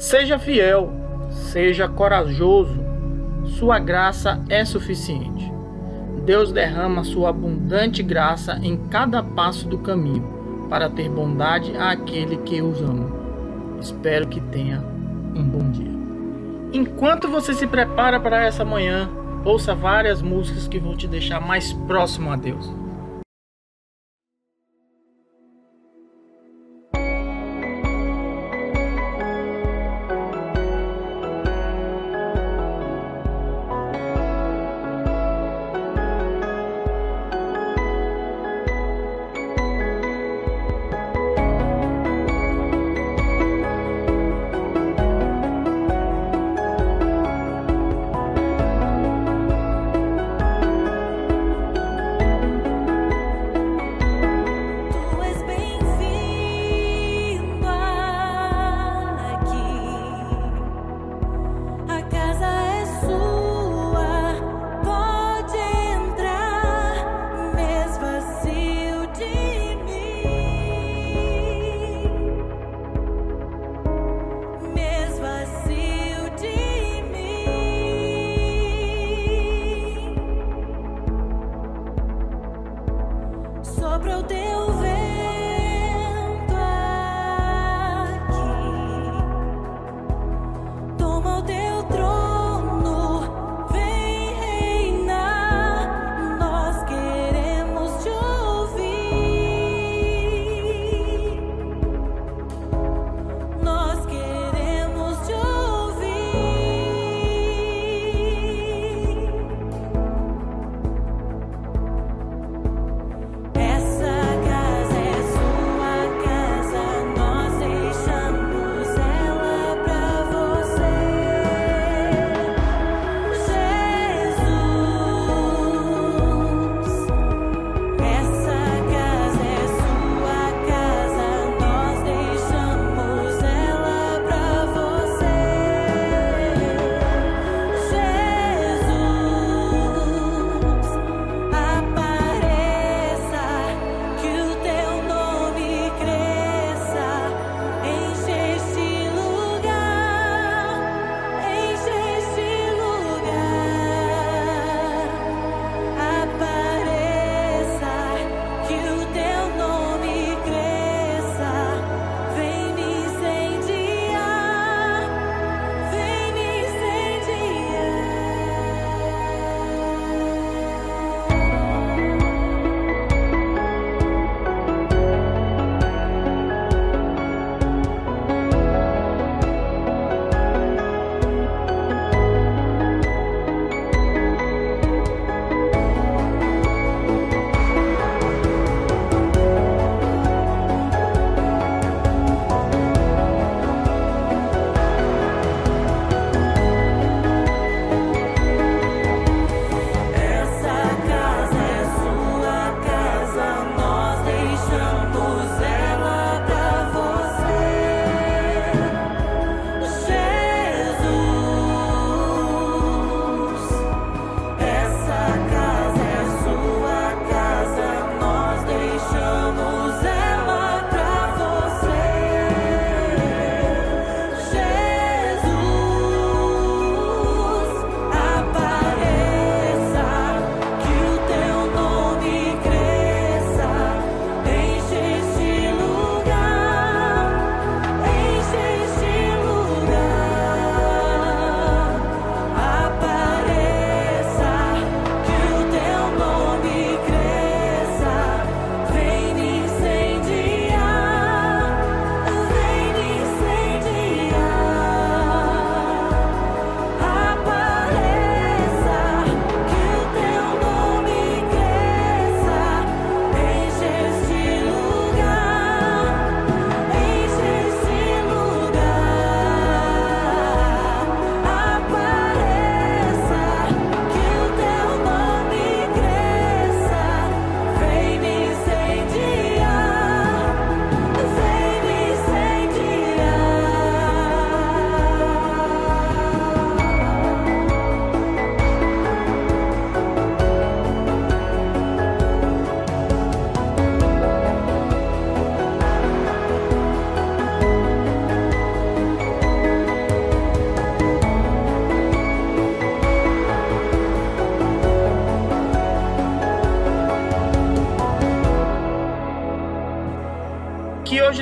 Seja fiel, seja corajoso, sua graça é suficiente. Deus derrama sua abundante graça em cada passo do caminho para ter bondade àquele que os ama. Espero que tenha um bom dia. Enquanto você se prepara para essa manhã, ouça várias músicas que vão te deixar mais próximo a Deus.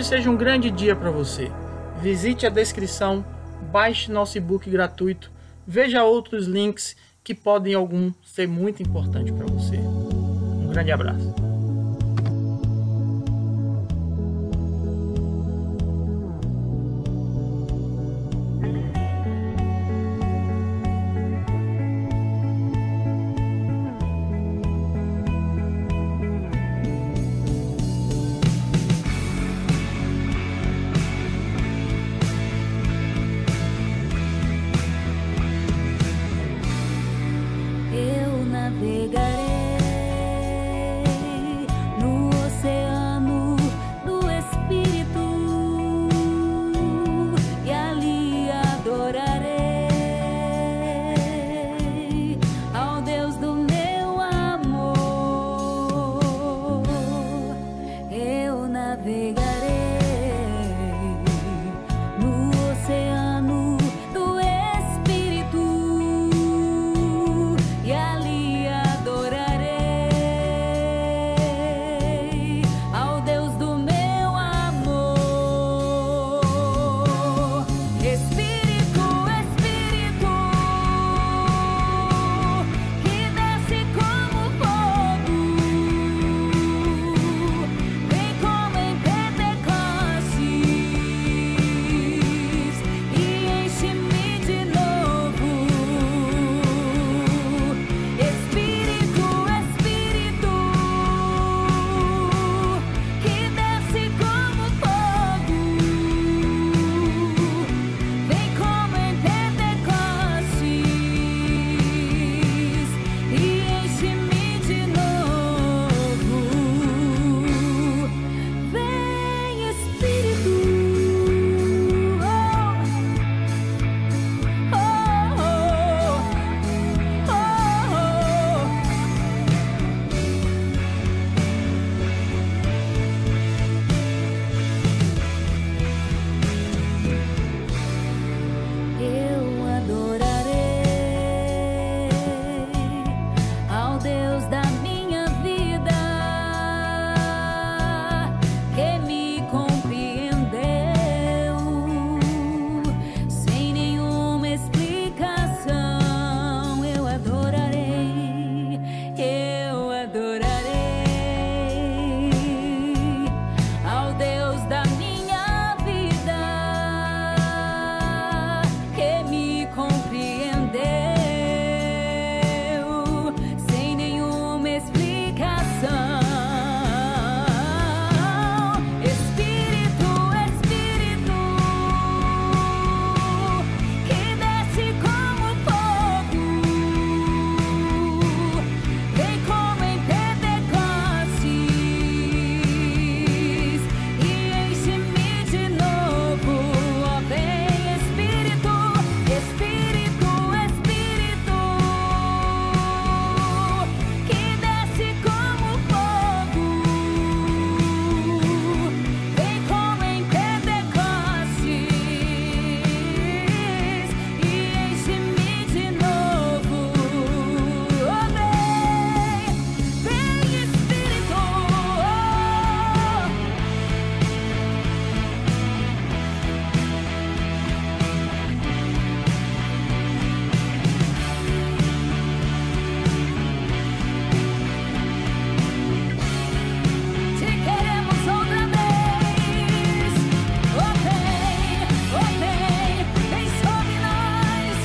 seja um grande dia para você. Visite a descrição, baixe nosso e-book gratuito, veja outros links que podem algum ser muito importante para você. Um grande abraço. Navegarei no oceano do Espírito e ali adorarei ao Deus do meu amor. Eu navegarei no oceano do Espírito e ali adorarei ao Deus do meu amor. Espírito, Espírito, que desce como fogo, vem como em Pentecostes e enche-me de novo. Espírito, Espírito, que desce como fogo, vem como em Pentecostes e enche-me de novo. Vem, Espírito, oh, oh, oh, oh, Eu adorarei ao Deus da minha vida, que me compreendeu sem nenhuma explicação. Eu adorarei ao Deus da minha vida, que me compreendeu sem nenhuma explicação. Espírito, Espírito, que desce como fogo, vem como em Pentecostes e enche-me de novo. Ó, vem, Espírito, Espírito, Espírito, que desce como fogo, vem como em Pentecostes e enche-me de novo. Ó, vem, Espírito, te queremos outra vez. Oh, vem, vem sobre nós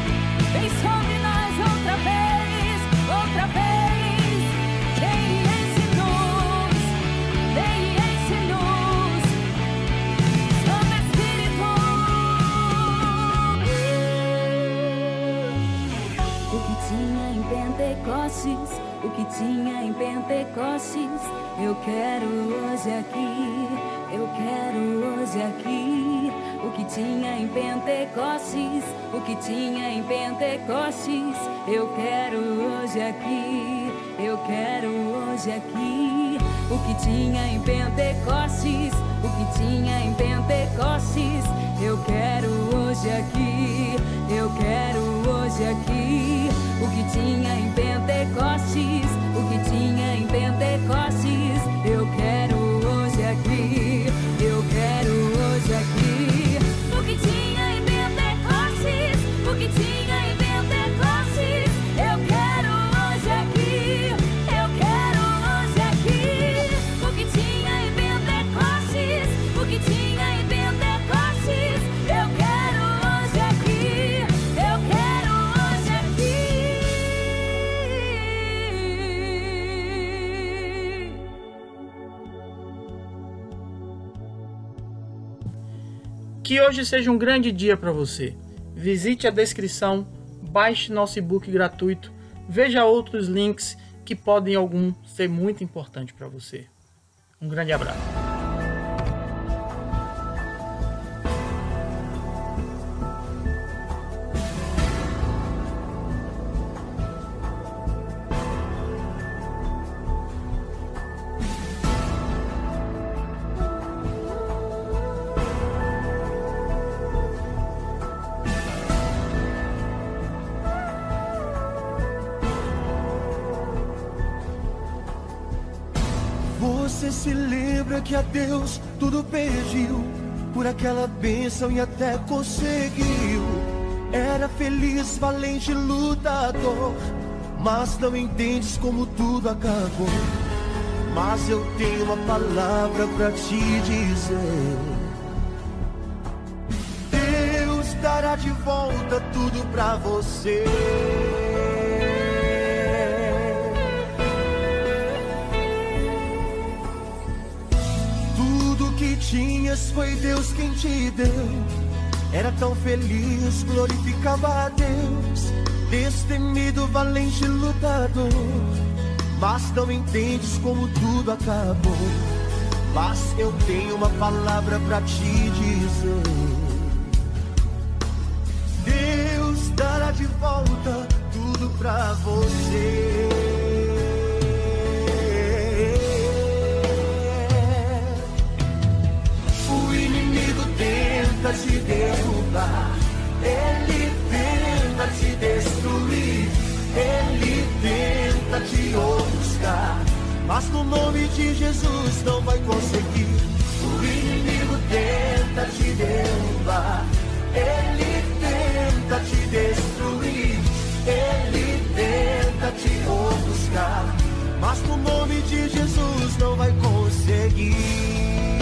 outra vez, outra vez. Vem e enche-nos, Santo Espírito. O que tinha em Pentecostes, o que tinha em Pentecostes, eu quero hoje aqui, eu quero hoje aqui. O que tinha em Pentecostes, o que tinha em Pentecostes, eu quero hoje aqui, eu quero hoje aqui. O que tinha em Pentecostes, o que tinha em Pentecostes, eu quero hoje aqui, eu quero hoje aqui. O que tinha em Pentecostes, o que tinha em Pentecostes, eu quero hoje aqui, eu quero Que hoje seja um grande dia para você. Visite a descrição, baixe nosso e-book gratuito, veja outros links que podem algum ser muito importante para você. Um grande abraço. Você se lembra que a Deus tudo pediu por aquela bênção e até conseguiu. Era feliz, valente, lutador, mas não entendes como tudo acabou. Mas eu tenho uma palavra pra te dizer: Deus dará de volta tudo pra você. Tinhas, foi Deus quem te deu. Era tão feliz, glorificava a Deus. Destemido, valente, lutador, mas não entendes como tudo acabou. Mas eu tenho uma palavra pra te dizer: Deus dará de volta tudo pra você. Te derrubar, ele tenta te destruir, ele tenta te ofuscar, mas no nome de Jesus não vai conseguir. O inimigo tenta te derrubar, ele tenta te destruir, ele tenta te ofuscar, mas no nome de Jesus não vai conseguir.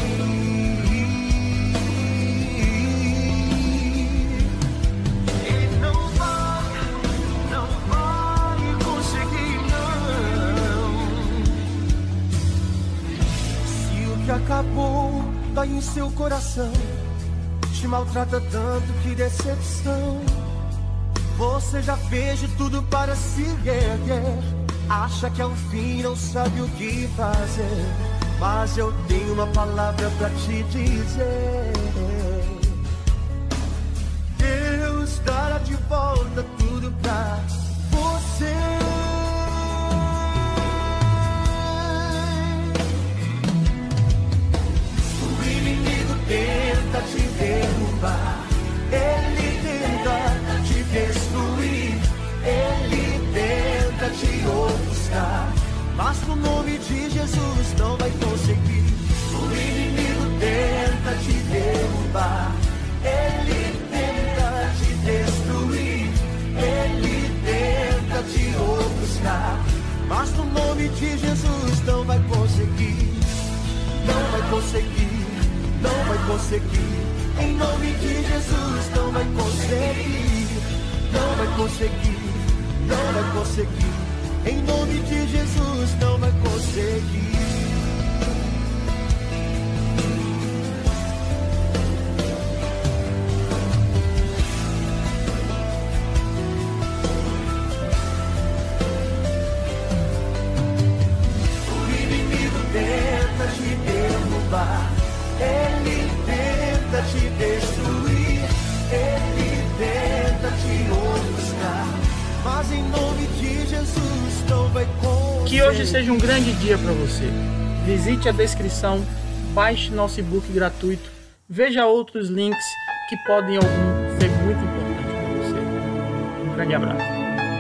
Que acabou, dói em seu coração, te maltrata tanto, que decepção. Você já fez de tudo para se erguer, acha que é o fim, não sabe o que fazer. Mas eu tenho uma palavra pra te dizer: Deus dará de volta tudo pra você. Tenta te derrubar, ele tenta te destruir, ele tenta te ofuscar, mas no nome de Jesus não vai conseguir. O inimigo tenta te derrubar, ele tenta te destruir, ele tenta te ofuscar, mas no nome de Jesus não vai conseguir. Não vai conseguir. Não vai conseguir, em nome de Jesus não vai conseguir. Não vai conseguir, não vai conseguir, em nome de Jesus não vai conseguir. O inimigo tenta te derrubar, ele tenta te destruir, ele tenta te ofuscar, mas em nome de Jesus não vai conseguir. Que hoje seja um grande dia para você. Visite a descrição, baixe nosso e-book gratuito, veja outros links que podem algum ser muito importante para você. Um grande abraço.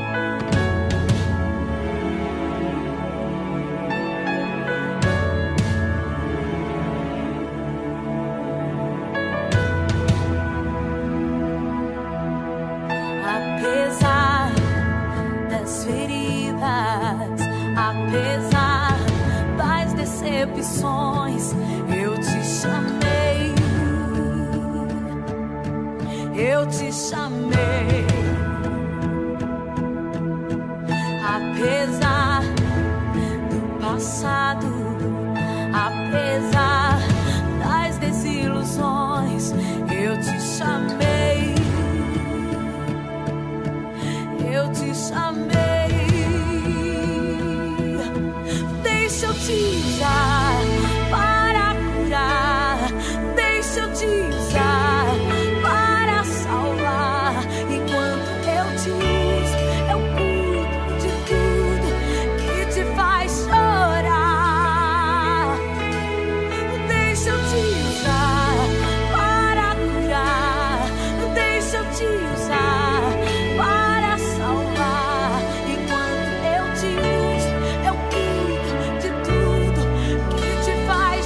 Apesar das feridas, apesar das decepções, eu te chamei, eu te chamei. Apesar do passado, apesar das desilusões, eu chamei, eu te chamei. Deixa eu te usar para curar, deixa eu te usar para salvar. Enquanto eu te uso, eu cuido de tudo que te faz chorar. Deixa eu te usar para curar, deixa eu te usar para salvar. Enquanto eu te uso, eu cuido de tudo que te faz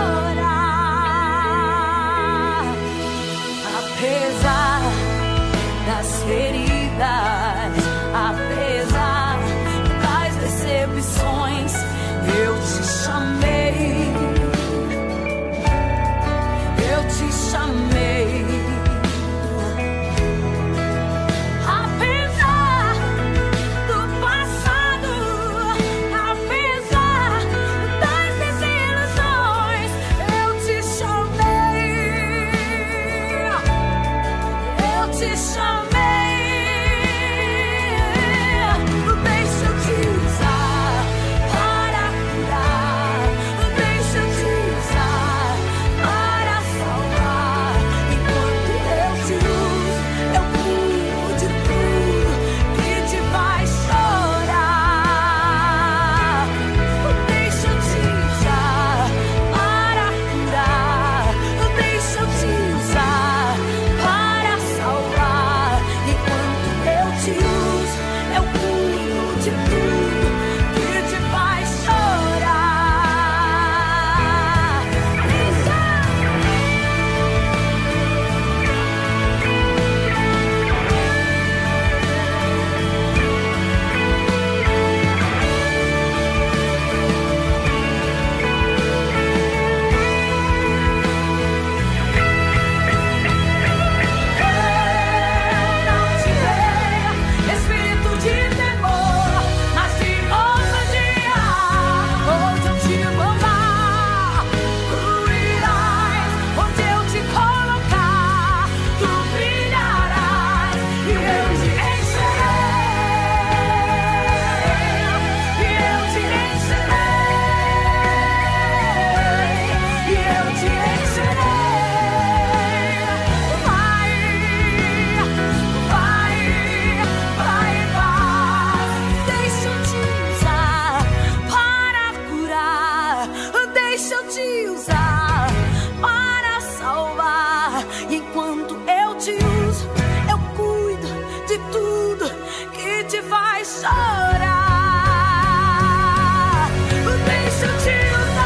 chorar. Apesar das feridas, apesar das decepções, eu te chamei, eu te chamei. Apesar do passado, apesar das desilusões, eu te chamei, eu te chamei. Deixa eu te usar para curar, deixa eu te usar para salvar. Enquanto eu te uso, eu cuido de tudo que te faz chorar. Deixa eu te usar para curar, deixa eu te usar para salvar. Enquanto eu te uso, eu cuido de tudo que te faz chorar. Não te dei espírito de temor, mas de ousadia. Hoje eu te vou dar, fluirás onde eu te colocar. Tu brilharás e eu te encherei, e eu te encherei, e eu te encherei. Vai, vai, vai, vai. Deixa eu te usar para curar, deixa eu te usar para salvar. Enquanto eu te uso, eu cuido de tudo que te faz chorar. Deixa eu te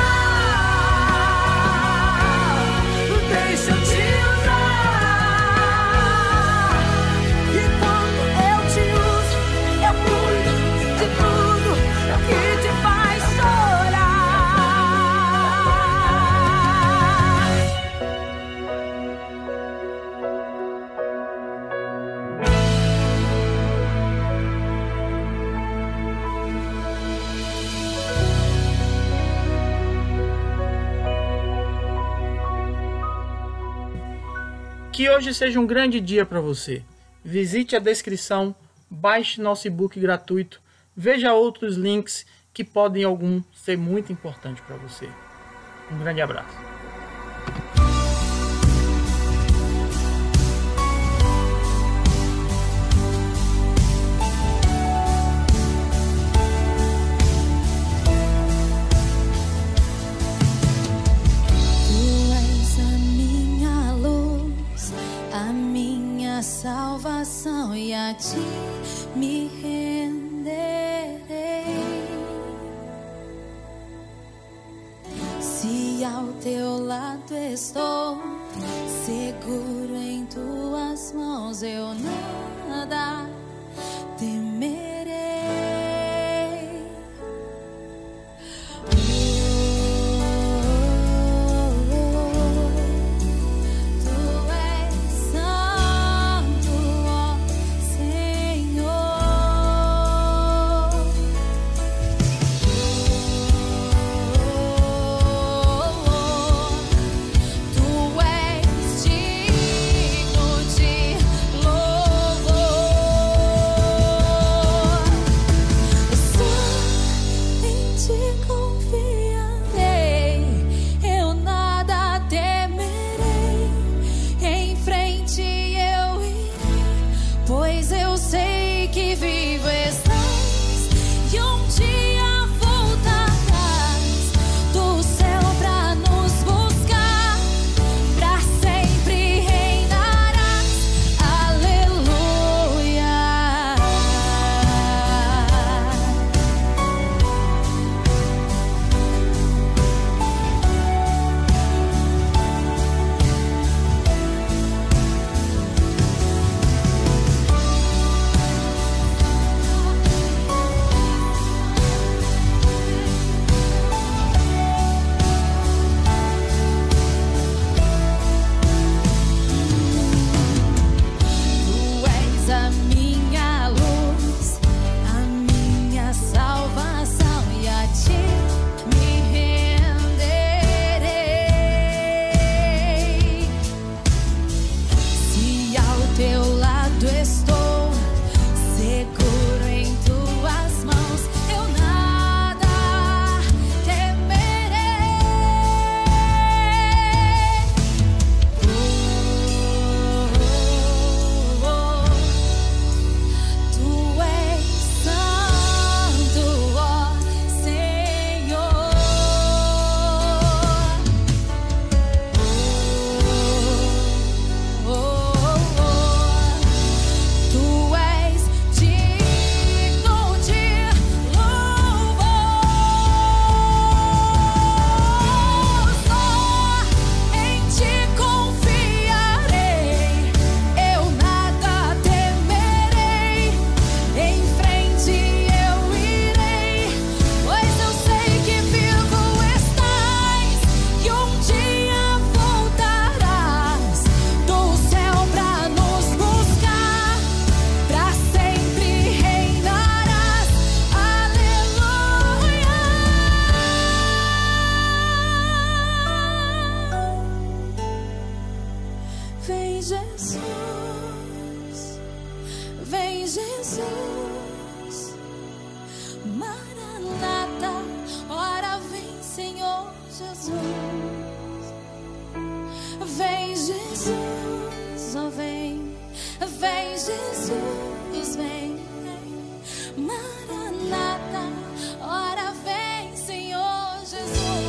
usar, deixa eu te usar. Enquanto eu te uso, eu cuido de tudo que te faz chorar. Que hoje seja um grande dia para você. Visite a descrição, baixe nosso e-book gratuito, veja outros links que podem algum ser muito importante para você. Um grande abraço. Tu és a minha luz, a minha salvação, e a ti me renderei. Se ao teu lado estou, seguro em tuas mãos, eu nada temerei. Tu és digno. vivo estás e um dia voltarás do céu pra nos buscar, pra sempre reinarás. Aleluia. Tu és a minha luz, a minha salvação, e a ti me renderei. Se ao teu lado estou, seguro em tuas mãos, eu nada temerei. Tu és santo, ó Senhor. Tu és digno de louvor. Só em ti confiarei, eu nada temerei. Em frente eu irei, pois eu sei que vivo estás e um dia voltarás do céu pra nos buscar, pra sempre reinarás. Aleluia. Vem Jesus, vem Jesus, Maranata, ora vem Senhor Jesus. Vem Jesus, oh vem, vem Jesus, vem, Maranata, ora vem Senhor Jesus.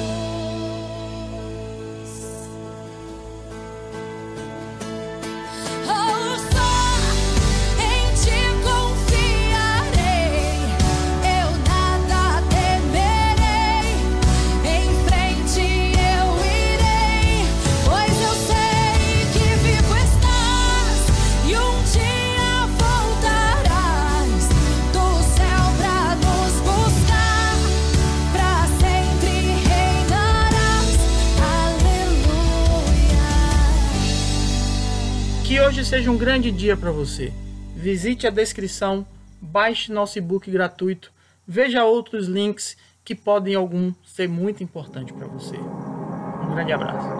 Oh, só em ti confiarei, eu nada temerei. Em frente eu irei, pois eu sei que vivo estás e um dia voltarás do céu pra nos buscar, pra sempre reinarás. Aleluia. Que hoje seja um grande dia para você. Visite a descrição, baixe nosso e-book gratuito, veja outros links que podem algum ser muito importante para você. Um grande abraço.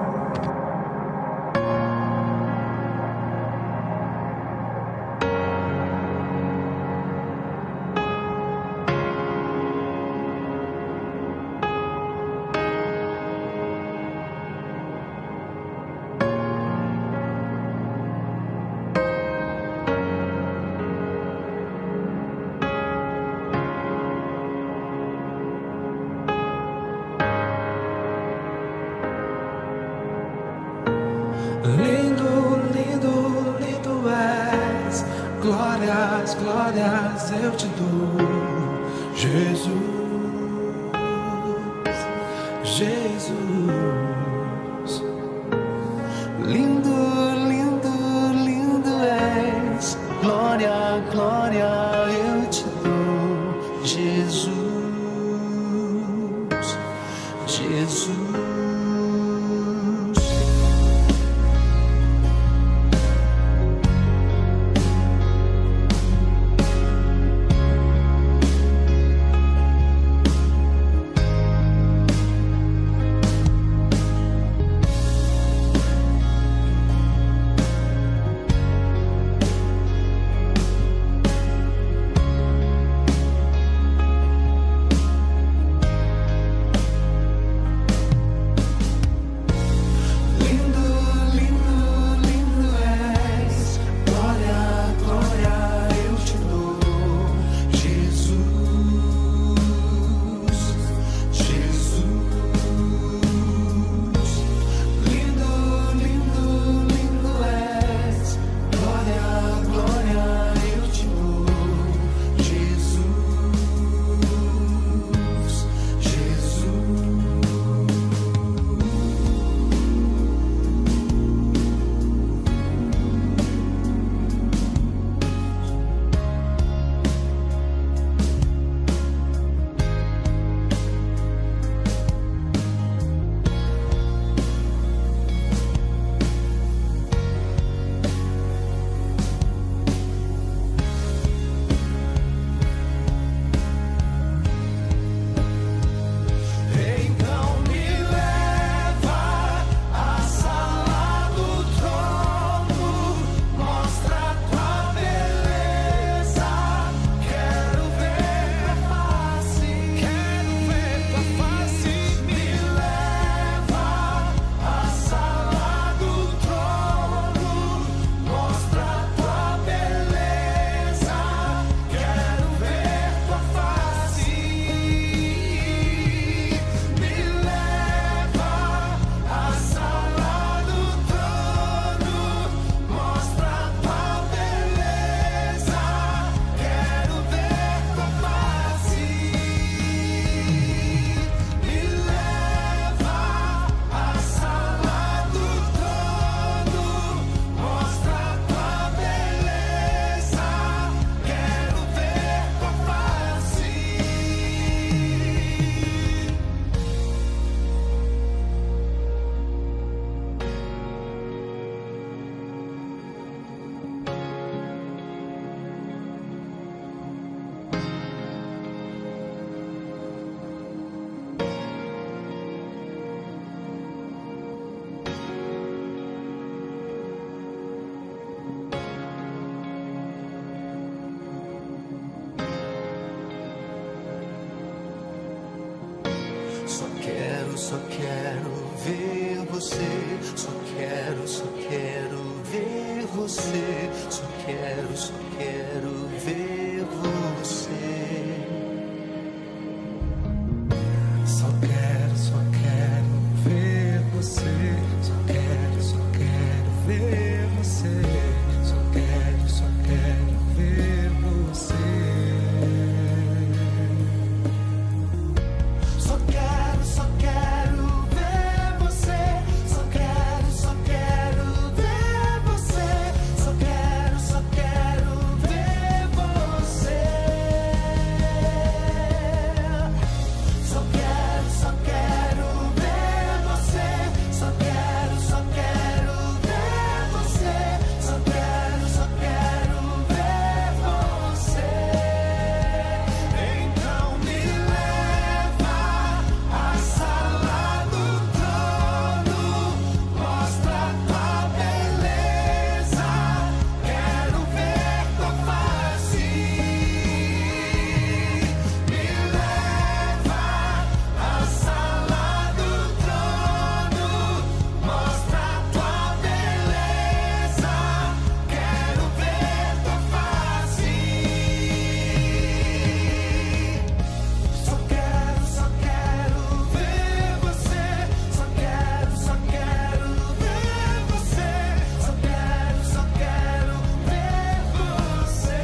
Lindo, lindo, lindo és. Glórias, glórias eu te dou, Jesus, Jesus. Lindo, lindo, lindo és. Glória, glória eu te dou, Jesus, Jesus. só quero ver você. Só quero ver você. Só quero ver você. Só quero ver você. Só quero ver você. Só quero ver você. Só quero ver você. Só quero ver você. Só quero ver você. Só quero ver você. Só quero ver você. Só quero ver você. Então me leva à sala do trono, mostra tua beleza. Quero ver tua face. Me leva à sala do trono, mostra tua beleza. Quero ver tua face. Só quero ver você. Só quero ver você. Só quero ver você.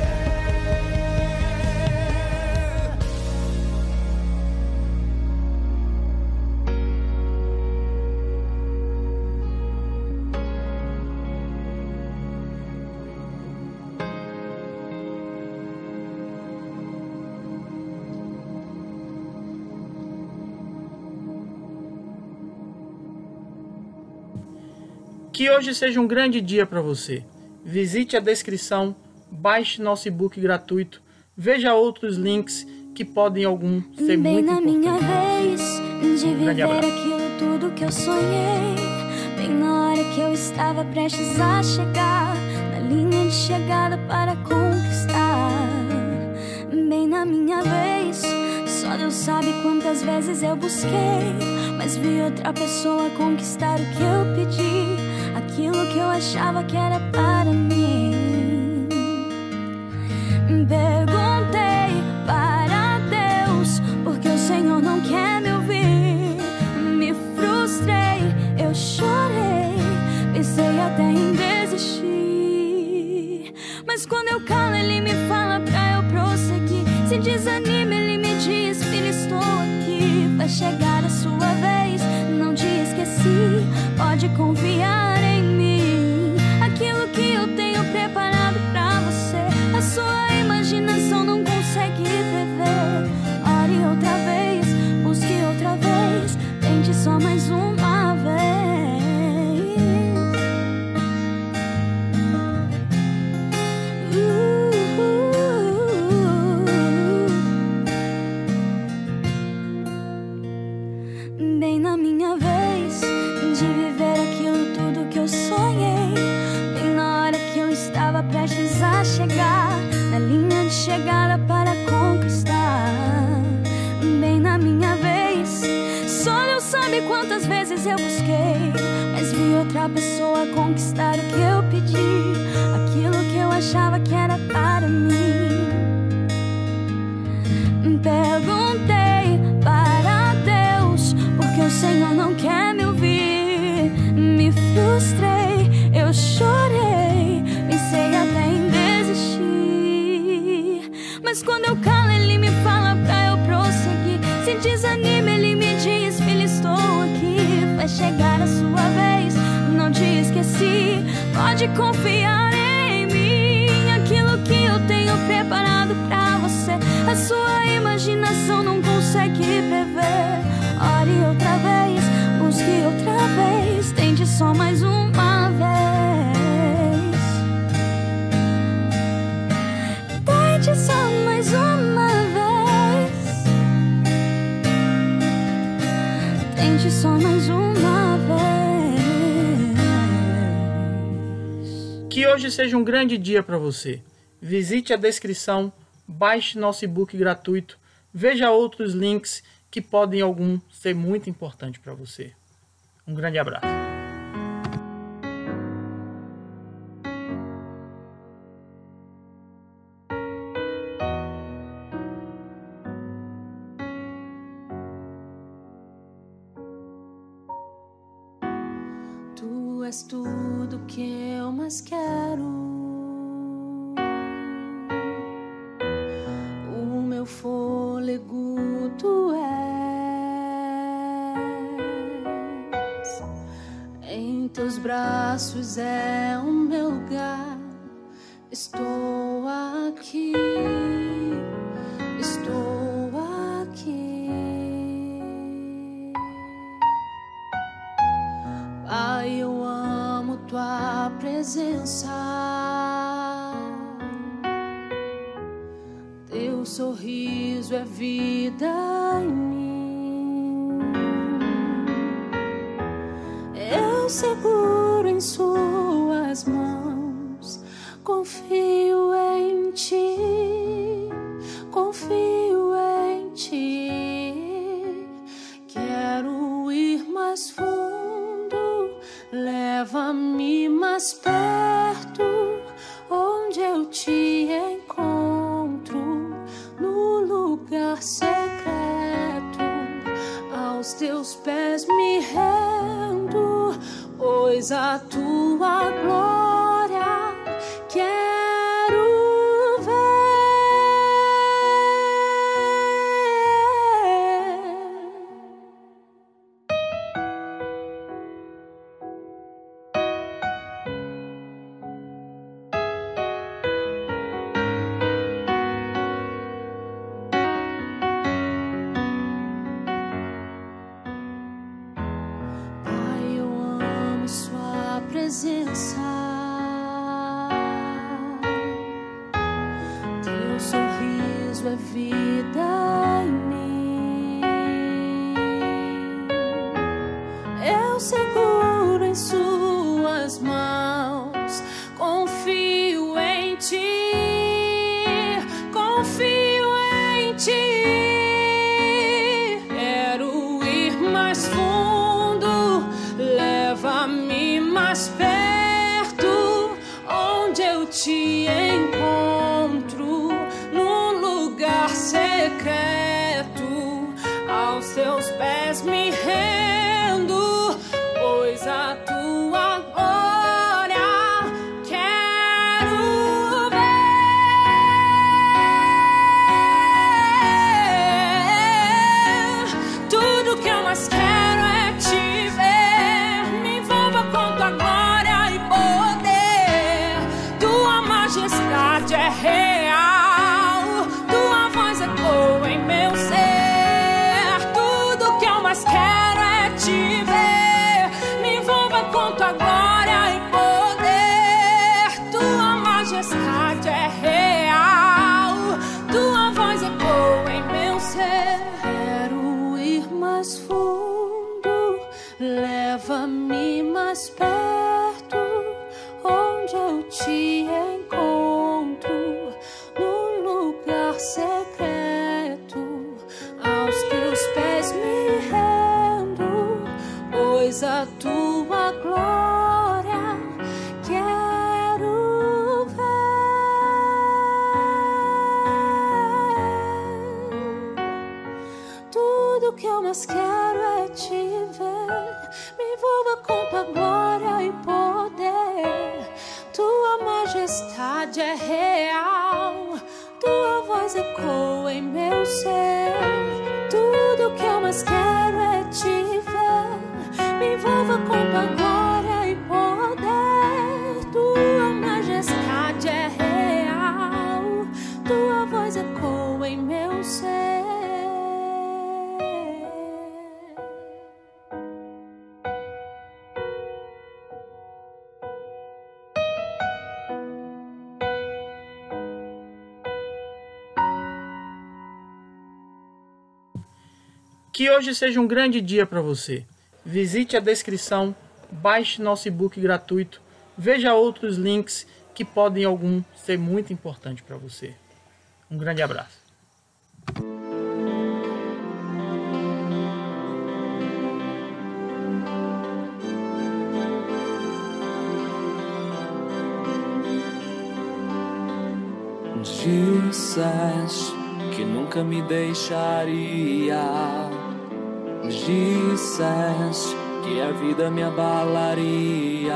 Que hoje seja um grande dia para você. Visite a descrição, baixe nosso e-book gratuito, veja outros links que podem algum ser Bem muito na minha importantes. vez de Grande viver abraço. aquilo tudo que eu sonhei. Bem na hora que eu estava prestes a chegar na linha de chegada para conquistar. Bem na minha vez, só Deus sabe quantas vezes eu busquei, mas vi outra pessoa conquistar o que eu pedi, aquilo que eu achava que era para mim. Perguntei para Deus porque o Senhor não quer me ouvir. Me frustrei, eu chorei, pensei até em desistir. Mas quando eu calo, Ele me fala pra eu prosseguir. Se desanima, Ele me diz: filho, estou aqui. Vai chegar a sua vez, não te esqueci. Pode confiar em mim. Aquilo que eu tenho preparado pra você, a sua imaginação não consegue prever. Ore outra vez, busque outra vez, tente só mais uma vez. Bem na minha vez de viver aquilo tudo que eu sonhei. Bem na hora que eu estava prestes a chegar na linha de chegada para conquistar. Bem na minha vez, só Deus sabe quantas vezes eu busquei, mas vi outra pessoa conquistar o que eu pedi, aquilo que eu achava que era para mim. Perguntei para Deus porque o Senhor não quer me ouvir. Me frustrei, eu chorei, pensei até em desistir. Mas quando eu calo, Ele me fala pra eu prosseguir. Se desanima, Ele me diz: filho, estou aqui. Vai chegar a sua vez, não te esqueci. Pode confiar em mim. Aquilo que eu tenho preparado pra você, a sua imaginação não consegue prever. Ore outra vez, busque outra vez, tente só mais uma vez. Tente só mais uma vez. Tente só mais uma vez. Que hoje seja um grande dia para você. Visite a descrição, baixe nosso e-book gratuito, veja outros links que podem algum ser muito importante para você. Um grande abraço. Tu és tudo que eu mais quero. O meu fôlego tu és. Em teus braços é o meu lugar. Estou aqui. Estou aqui. Pai, eu amo tua presença. Teu sorriso é vida em mim. Eu seguro em suas mãos. Confio em ti. Confio em ti. Quero ir mais fundo. Leva-me mais perto, onde eu te encontro, no lugar secreto. Aos teus pés me rendo, pois a tua glória quero ver. Pai, eu amo sua presença. Teu sorriso é vida em mim. Eu seguro em suas mãos. Confio em ti. Confio em ti. Quero ir mais fundo. Leva-me mais perto, onde eu te encontro, num lugar secreto. Aos teus pés me rendo, pois a tua glória quero ver. Tudo que eu mais quero é te ver. Me envolva com tua glória e poder. Tua majestade é real. Tua voz ecoa em meu ser. Tudo que eu mais quero é te ver. Me envolva com tua glória e poder. Tua majestade é real. Tua voz ecoa em meu ser. Quero ir mais fundo. Leva-me mais perto, onde eu te encontro, num lugar secreto. Aos teus pés me rendo, pois a tua glória quero ver. Tudo que eu mais quero é te ver. Me envolva com tua glória e poder. Tua majestade é real. Tua voz ecoa em meu ser. Tudo que eu mais quero é te ver. Me envolva com tua glória e poder. Tua majestade é real. Tua voz ecoa em meu ser. Que hoje seja um grande dia para você. Visite a descrição, baixe nosso e-book gratuito, veja outros links que podem algum ser muito importante para você. Um grande abraço. Disseste que nunca me deixaria. Disseste que a vida me abalaria.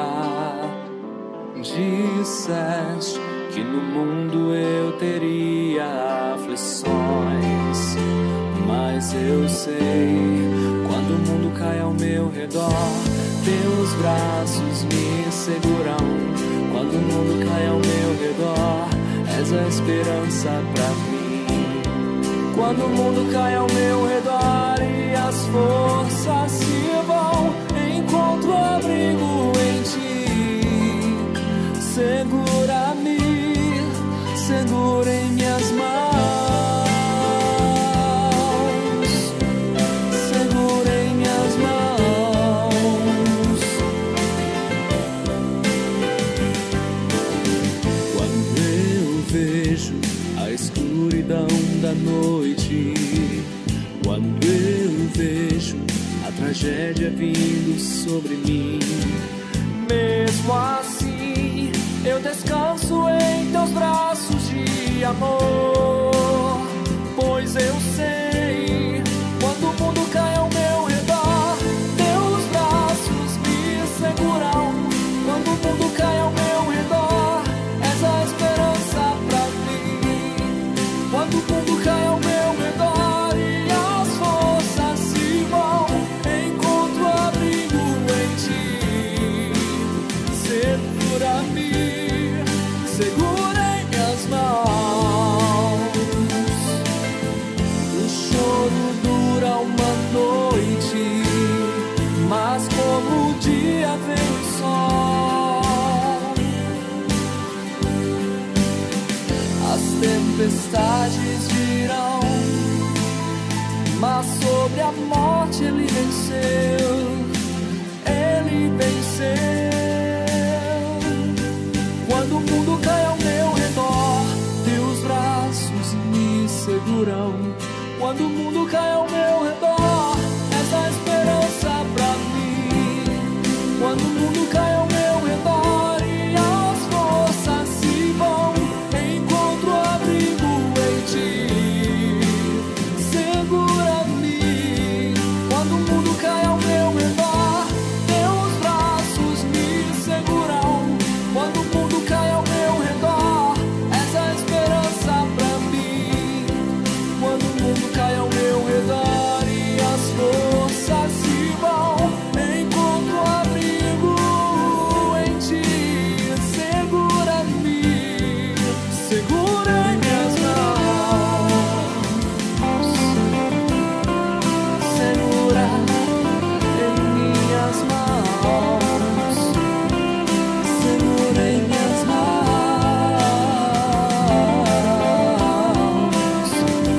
Disseste que no mundo eu teria aflições. Mas eu sei, quando o mundo cai ao meu redor, teus braços me seguram. Quando o mundo cai ao meu redor, és a esperança pra mim. Quando o mundo cai ao meu redor e as forças se vão, encontro abrigo em ti. Segura-me, segura em minhas mãos, segura em minhas mãos. Quando eu vejo a escuridão da noite, quando eu vejo a tragédia vindo sobre mim, mesmo assim eu descanso em teus braços de amor, pois eu sei, quando o mundo cai ao meu redor, teus braços me seguram. Quando o mundo cai ao meu redor, és a esperança pra mim. Quando o mundo cai ao meu redor e as forças se vão, encontro abrigo em ti. Segura-me, segura em minhas mãos. O choro dura uma noite, mas como o dia vem o sol, as tempestades virão, mas sobre a morte ele venceu. Ele venceu. Quando o mundo cai ao meu redor, teus braços me seguram. Quando o mundo cai ao meu redor, essa esperança pra mim. Quando o mundo cai ao meu redor e as forças se vão, encontro abrigo em ti. Segura-me. Quando o mundo cai ao meu redor, teus braços me seguram. Quando o mundo cai ao meu redor, essa esperança pra mim. Quando o mundo cai ao meu redor e as forças se vão, encontro abrigo em ti. Segura-me, segura em minhas mãos, segura em minhas mãos, segura em minhas mãos.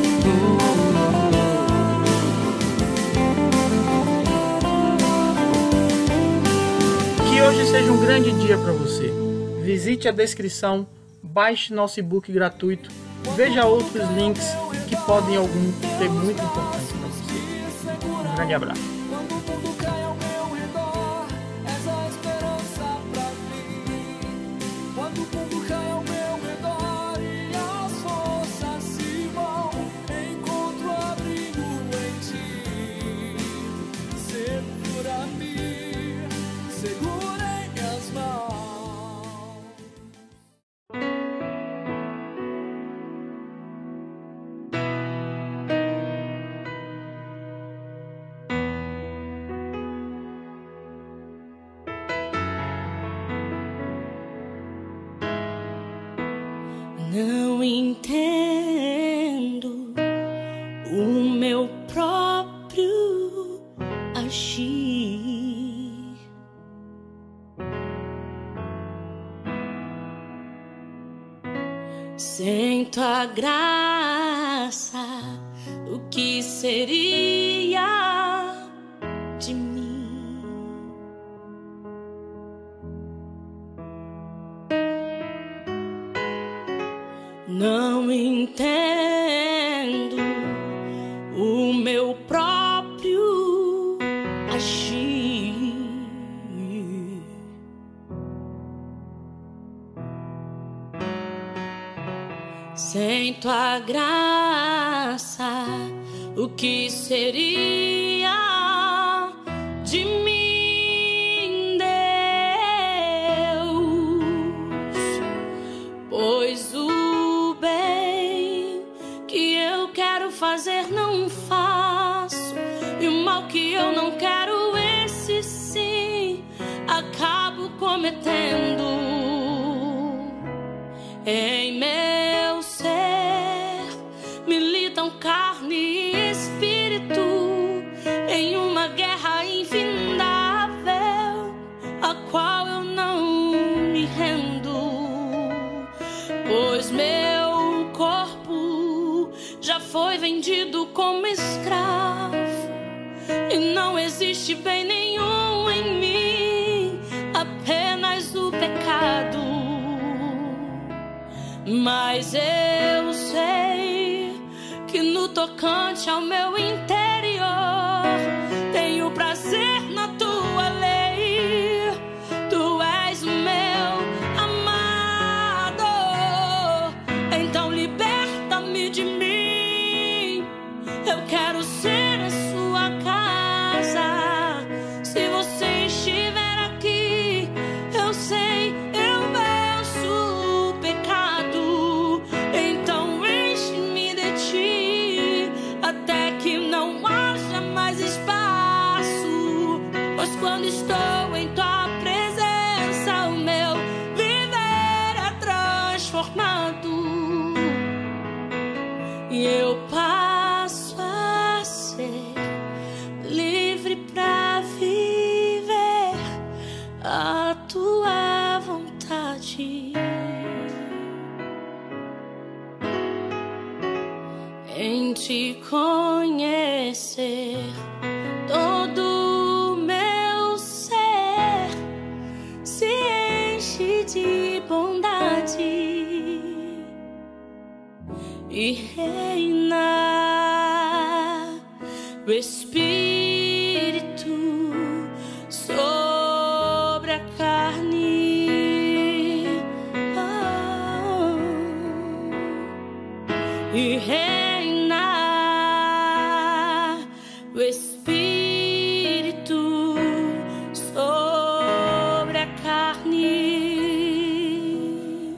Que hoje seja um grande dia para você. Visite a descrição, baixe nosso e-book gratuito, veja outros links que podem algum ser muito importantes para você. Um grande abraço. Quando o mundo cai ao meu redor, és a esperança pra mim. Quando o mundo cai ao meu redor e as forças se vão, encontro abrigo em ti. Segura-me, segura em minhas mãos. Não entendo o meu próprio agir. Sinto a graça, o que seria de mim? Não entendo o meu próprio agir. Sem tua graça, o que seria de mim, Deus? Pois o bem que eu quero fazer não faço, e o mal que eu não quero, esse sim acabo cometendo. Em meu ser militam carne e espírito em uma guerra infindável, a qual eu não me rendo, pois meu corpo já foi vendido como escravo, e não existe bem nenhum em mim, apenas o pecado. Mas eu sei que no tocante ao meu interior tenho prazer na tua lei. Tu és o meu amado, então liberta-me de mim. Eu quero ser a sua casa. Se você estiver aqui, eu sei, eu venço o pecado. Então enche-me de ti, até que não haja mais espaço. Pois quando estou em tua presença, o meu viver é transformado, e eu passo a ser livre pra viver a tua vontade. Em te conhecer, todo meu ser se enche de bondade e reina o Espírito sobre a carne, e reina o Espírito sobre a carne.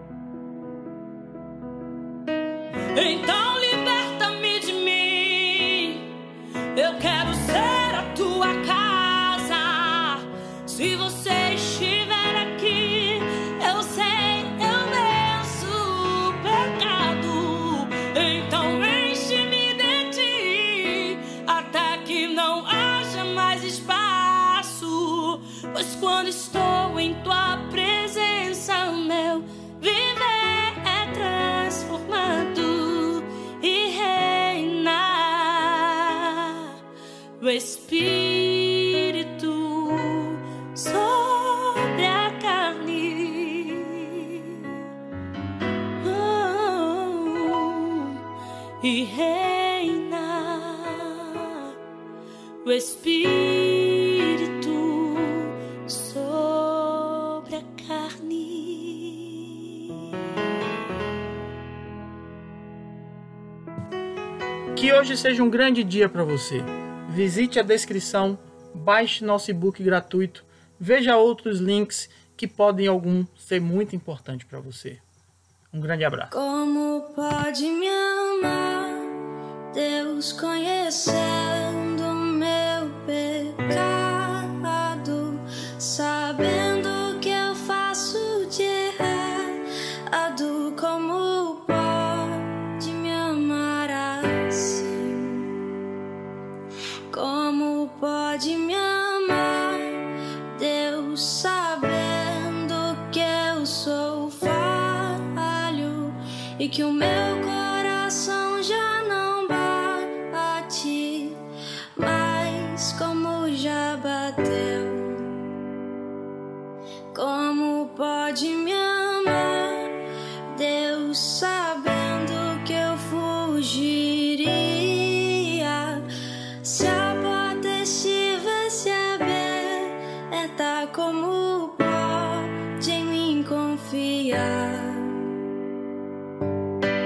Então liberta-me de mim, eu quero ser a tua casa. Se você estiver aqui, eu sei, eu venço o pecado. Então enche-me de ti, até que não haja mais espaço. Pois quando estou em tua presença, o meu viver é transformado, e reina o Espírito sobre a carne. E reina o Espírito sobre a carne. Que hoje seja um grande dia para você. Visite a descrição, baixe nosso e-book gratuito, veja outros links que podem algum ser muito importante para você. Um grande abraço. Como pode me amar, Deus, conhecendo o meu pecado, sabendo que eu faço de errado? Como pode me amar assim? Como pode me amar, Deus, sabendo que eu sou falho e que o meu coração já não bate mais como já bateu? Como pode me amar, Deus, sabendo que eu fugiria se a porta estivesse aberta? Como pode em mim confiar?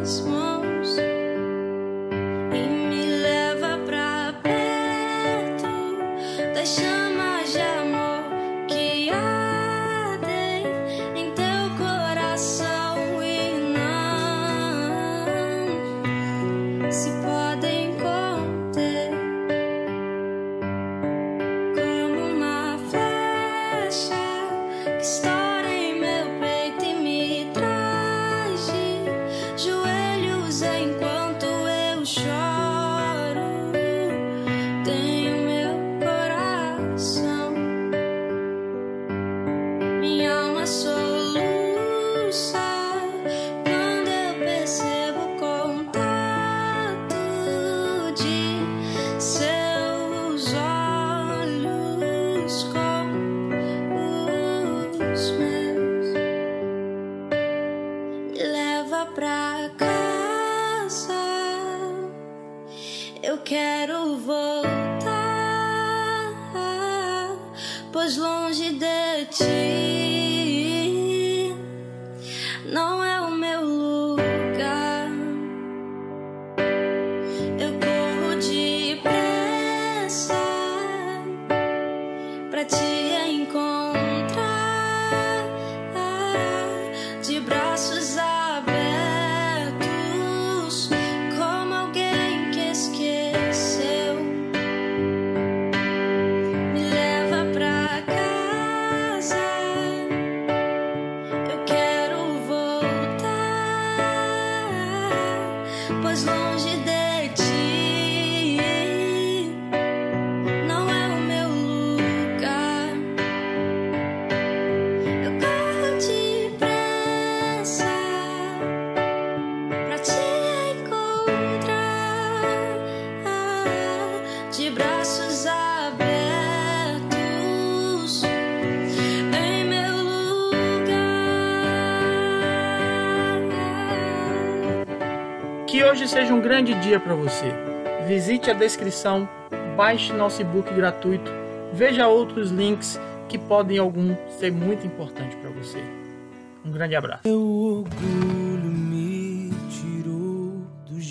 tuas mãos e me leva pra perto das chamas de amor que ardem em teu coração e não se podem conter. Como uma flecha que estoura em meu peito e me traz de joelhos enquanto eu choro. Tenho meu coração, minha alma soluça quando eu percebo o contato de seus olhos com os meus. Me leva pra casa, eu quero voltar, pois longe de ti não é o meu lugar. Eu corro depressa pra te encontrar, de braços abertos, como alguém que esqueceu. Me leva pra casa, eu quero voltar, pois longe de ti não é o meu lugar. Eu corro depressa pra te encontrar, de braços abertos em meu lugar. Que hoje seja um grande dia para você. Visite a descrição, baixe nosso e-book gratuito, veja outros links que podem algum ser muito importante para você. Um grande abraço. Meu orgulho me tirou do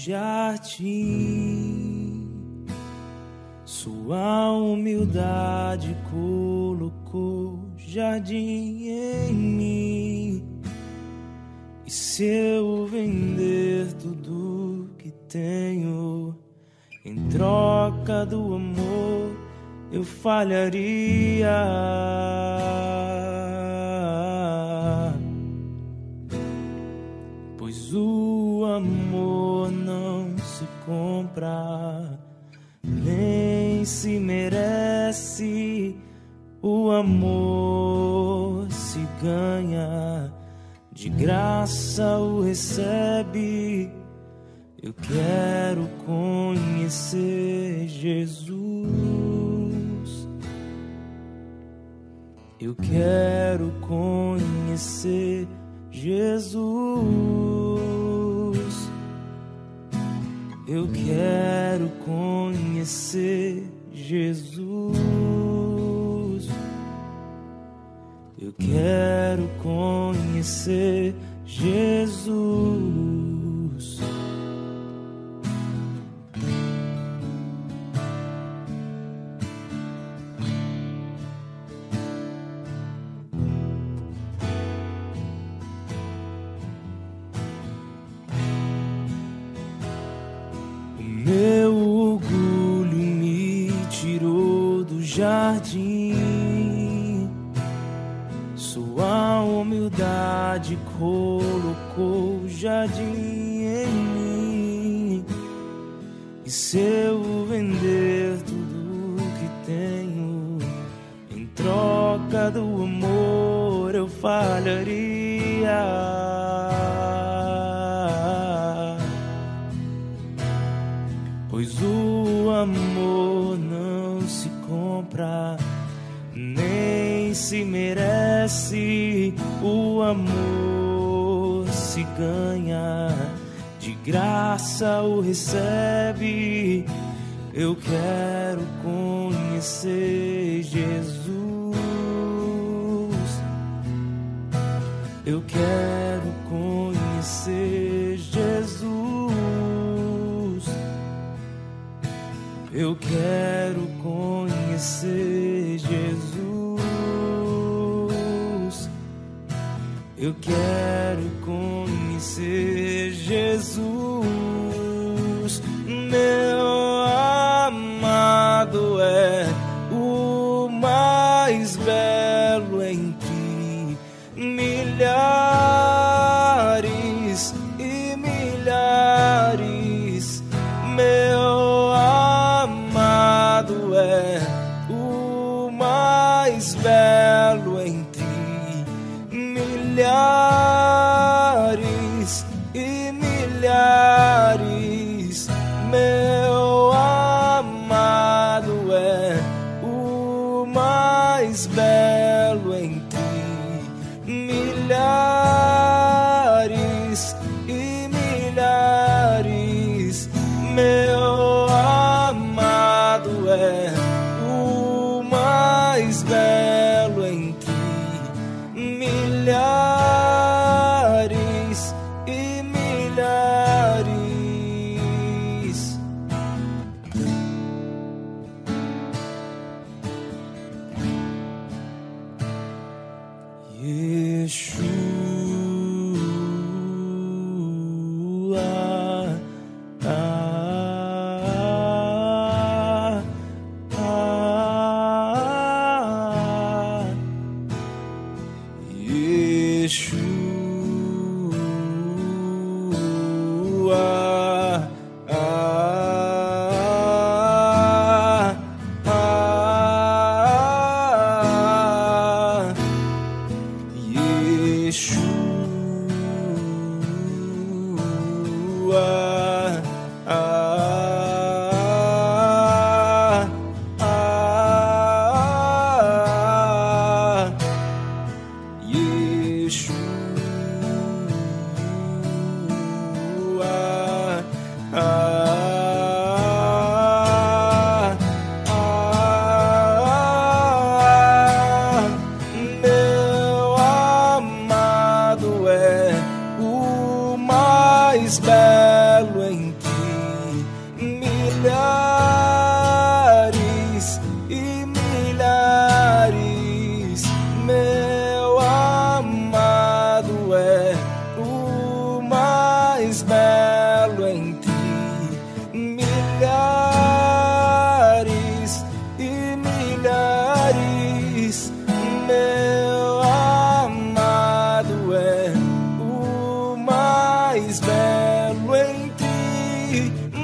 jardim, sua humildade colocou jardim em mim. E se eu vender tudo que tenho em troca do amor, eu falharia. Pois o amor não se compra, nem se merece. O amor se ganha, de graça o recebe. Eu quero conhecer Jesus. Eu quero conhecer Jesus. Eu quero conhecer Jesus. Eu quero conhecer Jesus. O meu orgulho me tirou do jardim, sua humildade colocou jardim em mim. E se eu vender tudo que tenho em troca do amor, eu falharia. Pois o amor não se compra, nem se merece. O amor se ganha, de graça o recebe. Eu quero conhecer Jesus. Eu quero conhecer Jesus. Eu quero conhecer Jesus. Eu quero conhecer Jesus. Meu amado é o mais belo entre milhares e milhares. Meu amado é o mais belo entre milhares e milhares. Meu amado é o mais belo entre milhares e milhares. Meu amado é o mais belo entre milhares e milhares. Yeshua, meu amado é o mais belo entre milhares e milhares. Meu amado é o mais belo entre milhares e milhares. Meu amado é o mais belo entre